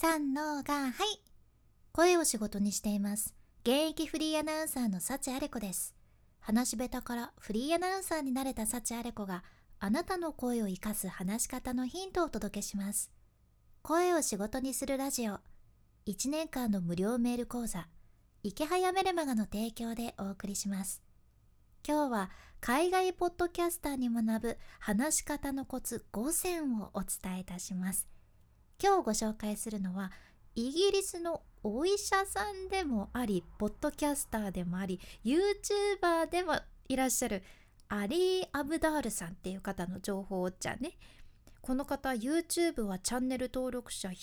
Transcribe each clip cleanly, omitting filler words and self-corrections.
3のがはい。声を仕事にしています。現役フリーアナウンサーの幸あれ子です。話し下手からフリーアナウンサーになれた幸あれ子があなたの声を生かす話し方のヒントをお届けします。声を仕事にするラジオ1年間の無料メール講座池早メルマガの提供でお送りします。今日は海外ポッドキャスターに学ぶ話し方のコツ5選をお伝えいたします。今日ご紹介するのはイギリスのお医者さんでもありポッドキャスターでもあり YouTuber でもいらっしゃるアリー・アブダールさんっていう方の情報をじゃね。この方 YouTube はチャンネル登録者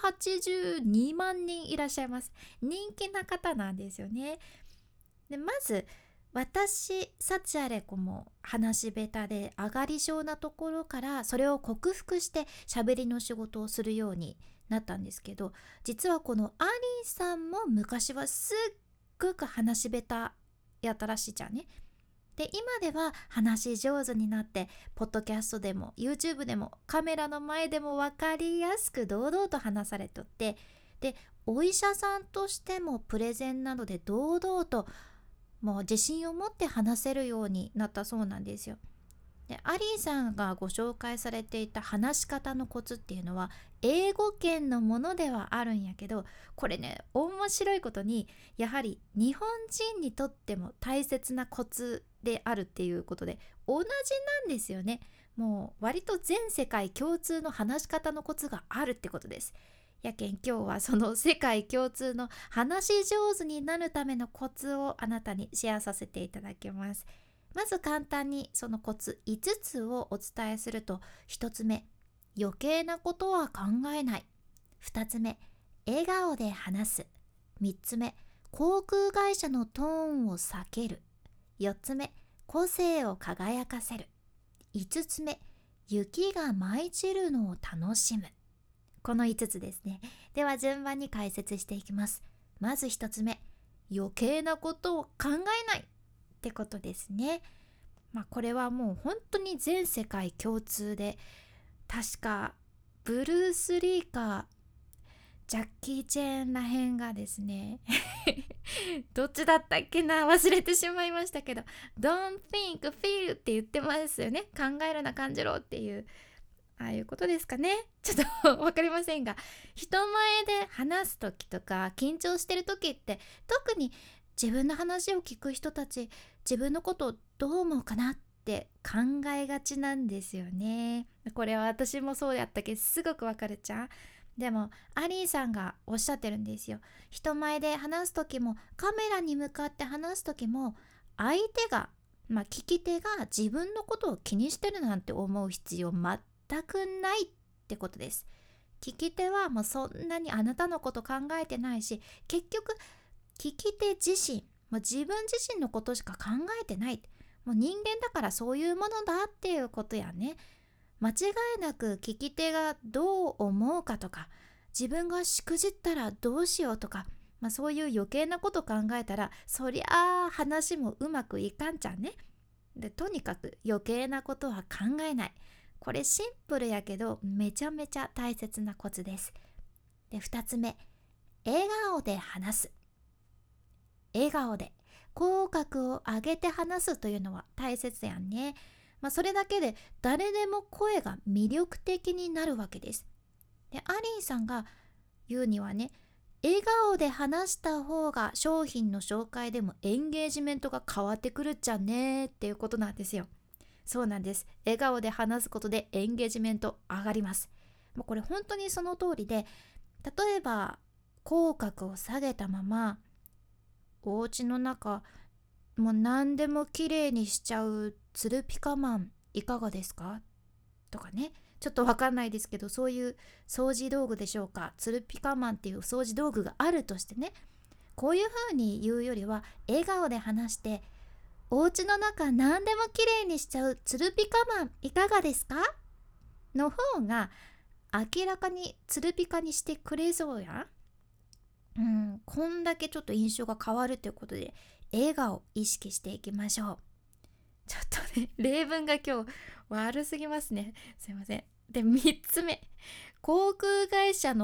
182万人いらっしゃいます。人気な方なんですよね。でまず私幸あれ子も話し下手で上がり症なところからそれを克服して喋りの仕事をするようになったんですけど、実はこのアリーさんも昔はすっごく話し下手やったらしいじゃんね。で今では話し上手になってポッドキャストでも YouTube でもカメラの前でも分かりやすく堂々と話されとって、でお医者さんとしてもプレゼンなどで堂々ともう自信を持って話せるようになったそうなんですよ。でアリーさんがご紹介されていた話し方のコツっていうのは英語圏のものではあるんやけど、これね面白いことにやはり日本人にとっても大切なコツであるっていうことで同じなんですよね。もう割と全世界共通の話し方のコツがあるってことです。やけん今日はその世界共通の話し上手になるためのコツをあなたにシェアさせていただきます。まず簡単にそのコツ5つをお伝えすると、1つ目、余計なことは考えない。2つ目、笑顔で話す。3つ目、航空会社のトーンを避ける。4つ目、個性を輝かせる。5つ目、雪が舞い散るのを楽しむ。この5つですね。では順番に解説していきます。まず1つ目、余計なことを考えないってことですね。これはもう本当に全世界共通で、確かブルース・リーかジャッキー・チェーンらへんがですねどっちだったっけな、忘れてしまいましたけど Don't think, feel って言ってますよね。考えるな感じろっていう、ああいうことですかね。ちょっと分かりませんが、人前で話す時とか緊張してる時って特に自分の話を聞く人たち、自分のことをどう思うかなって考えがちなんですよね。これは私もそうやったけどすごくわかるじゃん。でもアリーさんがおっしゃってるんですよ。人前で話す時もカメラに向かって話す時も相手が、聞き手が自分のことを気にしてるなんて思う必要全くないってことです。聞き手はもうそんなにあなたのこと考えてないし、結局聞き手自身、自分自身のことしか考えてない。もう人間だからそういうものだっていうことやね。間違いなく聞き手がどう思うかとか、自分がしくじったらどうしようとか、そういう余計なこと考えたらそりゃあ話もうまくいかんちゃんね。でとにかく余計なことは考えない。これシンプルやけどめちゃめちゃ大切なコツです。で2つ目、笑顔で話す。笑顔で口角を上げて話すというのは大切やんね。それだけで誰でも声が魅力的になるわけです。でアリーさんが言うにはね、笑顔で話した方が商品の紹介でもエンゲージメントが変わってくるっちゃねっていうことなんですよ。そうなんです。笑顔で話すことでエンゲージメント上がります。もうこれ本当にその通りで、例えば口角を下げたままお家の中もう何でも綺麗にしちゃうツルピカマンいかがですかとかね。ちょっとわかんないですけど、そういう掃除道具でしょうか。ツルピカマンっていう掃除道具があるとしてね、こういう風に言うよりは笑顔で話して、お家の中何でも綺麗にしちゃうツルピカマンいかがですかの方が明らかにツルピカにしてくれそうや。こんだけちょっと印象が変わるということで笑顔を意識していきましょう。ちょっとね例文が今日悪すぎますね、すいません。で3つ目、航空会社のト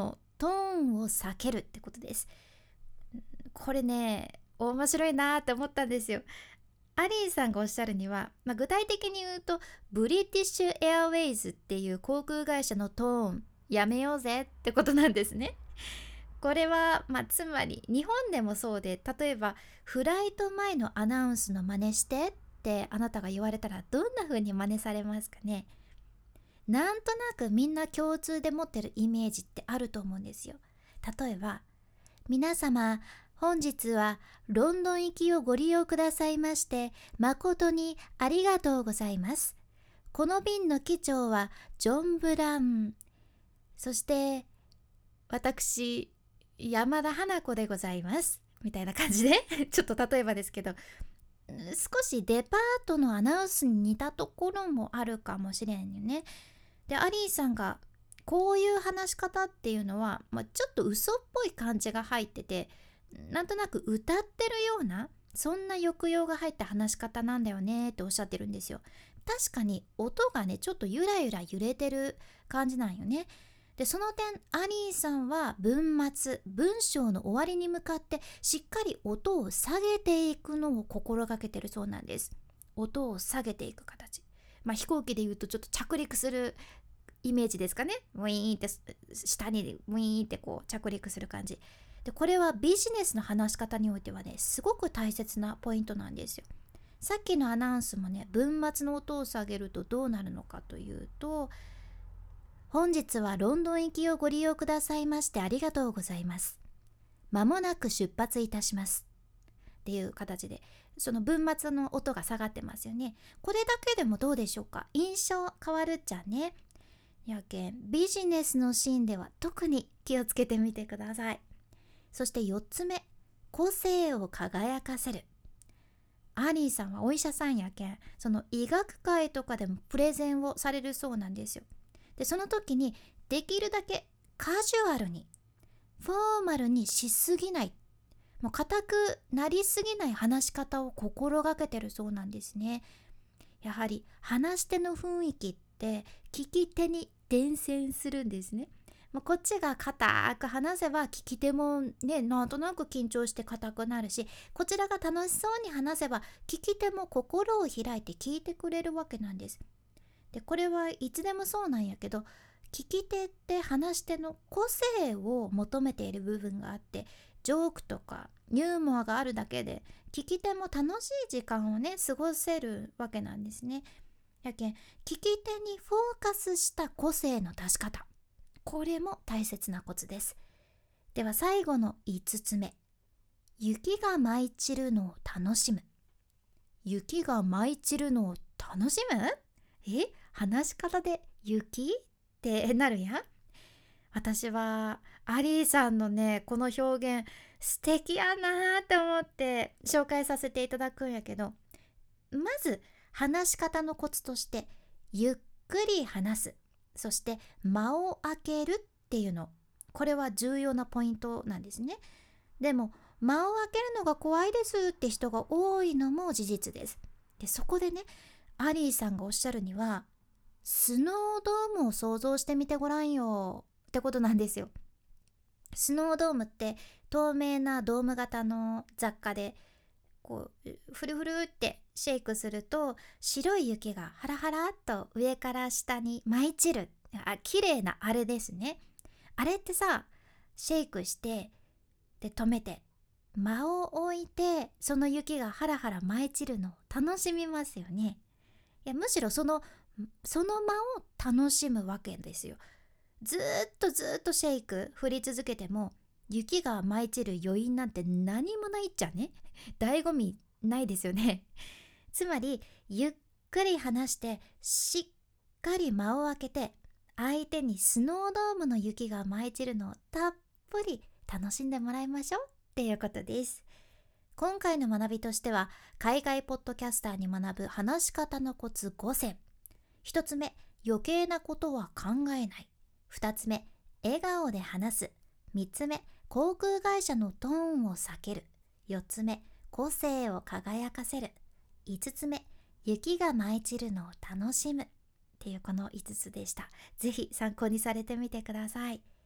トーンを避けるってことです。これね、面白いなって思ったんですよ。アリーさんがおっしゃるには、具体的に言うとブリティッシュエアウェイズっていう航空会社のトーンやめようぜってことなんですね。これは、つまり日本でもそうで、例えばフライト前のアナウンスの真似してってあなたが言われたらどんな風に真似されますかね。なんとなくみんな共通で持ってるイメージってあると思うんですよ。例えば、皆様、本日はロンドン行きをご利用くださいまして誠にありがとうございます。この便の機長はジョン・ブラウン、そして私山田花子でございますみたいな感じでちょっと例えばですけど、少しデパートのアナウンスに似たところもあるかもしれんよね。で、アリーさんがこういう話し方っていうのは、ちょっと嘘っぽい感じが入ってて、なんとなく歌ってるような、そんな抑揚が入った話し方なんだよねっておっしゃってるんですよ。確かに音がね、ちょっとゆらゆら揺れてる感じなんよね。で、その点アリーさんは文章の終わりに向かってしっかり音を下げていくのを心がけてるそうなんです。音を下げていく形、飛行機で言うとちょっと着陸するイメージですかね。ウィーンって下にウィーンってこう着陸する感じで、これはビジネスの話し方においてはね、すごく大切なポイントなんですよ。さっきのアナウンスもね、文末の音を下げるとどうなるのかというと、本日はロンドン行きをご利用くださいましてありがとうございます。まもなく出発いたしますっていう形で、その文末の音が下がってますよね。これだけでもどうでしょうか。印象変わるっちゃね。やけんビジネスのシーンでは特に気をつけてみてください。そして4つ目、個性を輝かせる。アリーさんはお医者さんやけん、その医学会とかでもプレゼンをされるそうなんですよ。で、その時にできるだけカジュアルに、フォーマルにしすぎない、もう固くなりすぎない話し方を心がけてるそうなんですね。やはり話し手の雰囲気って聞き手に伝染するんですね。こっちが固く話せば聞き手もね、なんとなく緊張して硬くなるし、こちらが楽しそうに話せば聞き手も心を開いて聞いてくれるわけなんです。で、これはいつでもそうなんやけど、聞き手って話し手の個性を求めている部分があって、ジョークとかユーモアがあるだけで聞き手も楽しい時間をね過ごせるわけなんですね。やけん聞き手にフォーカスした個性の出し方、これも大切なコツです。では最後の5つ目、雪が舞い散るのを楽しむ。雪が舞い散るのを楽しむ？話し方で雪ってなるやん。私はアリーさんのねこの表現素敵やなって思って紹介させていただくんやけど、まず話し方のコツとしてゆっくり話す、そして間を空けるっていうの、これは重要なポイントなんですね。でも間を空けるのが怖いですって人が多いのも事実です。で、そこでね、アリーさんがおっしゃるには、スノードームを想像してみてごらんよってことなんですよ。スノードームって透明なドーム型の雑貨で、こうフルフルってシェイクすると白い雪がハラハラっと上から下に舞い散る、綺麗なあれですね。あれってさ、シェイクしてで止めて間を置いてその雪がハラハラ舞い散るのを楽しみますよね。いや、むしろその間を楽しむわけですよ。ずっとシェイク振り続けても雪が舞い散る余韻なんて何もないっちゃね。醍醐味ないですよね。つまりゆっくり話してしっかり間を空けて、相手にスノードームの雪が舞い散るのをたっぷり楽しんでもらいましょうっていうことです。今回の学びとしては、海外ポッドキャスターに学ぶ話し方のコツ5選。1つ目、余計なことは考えない。2つ目、笑顔で話す。3つ目、航空会社のトーンを避ける。4つ目、個性を輝かせる。5つ目、雪が舞い散るのを楽しむっていうこの5つでした。ぜひ参考にされてみてください。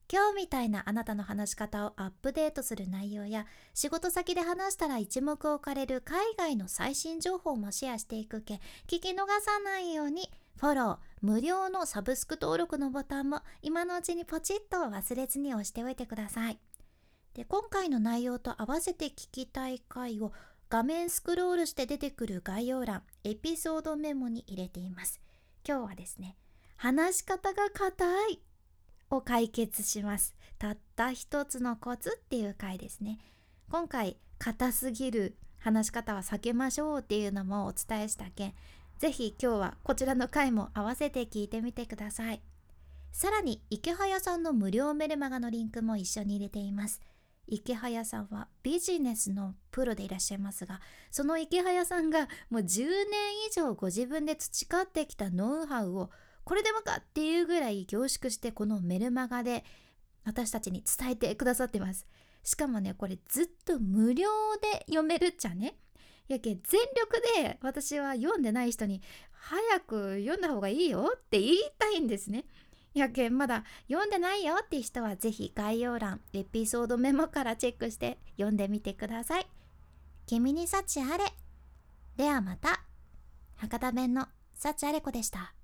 今日みたいなあなたの話し方をアップデートする内容や、仕事先で話したら一目置かれる海外の最新情報もシェアしていくけ、聞き逃さないようにフォロー、無料のサブスク登録のボタンも今のうちにポチッと忘れずに押しておいてください。で、今回の内容と合わせて聞きたい回を画面スクロールして出てくる概要欄、エピソードメモに入れています。今日はですね、話し方が硬いを解決します。たった一つのコツっていう回ですね。今回硬すぎる話し方は避けましょうっていうのもお伝えした件、ぜひ今日はこちらの回も合わせて聞いてみてください。さらに池早さんの無料メルマガのリンクも一緒に入れています。池早さんはビジネスのプロでいらっしゃいますが、その池早さんがもう10年以上ご自分で培ってきたノウハウをこれでもかっていうぐらい凝縮してこのメルマガで私たちに伝えてくださってます。しかもね、これずっと無料で読めるっちゃね。やけ全力で私は読んでない人に早く読んだ方がいいよって言いたいんですね。やけんまだ読んでないよって人はぜひ概要欄、エピソードメモからチェックして読んでみてください。君に幸あれ。ではまた。博多弁の幸あれ子でした。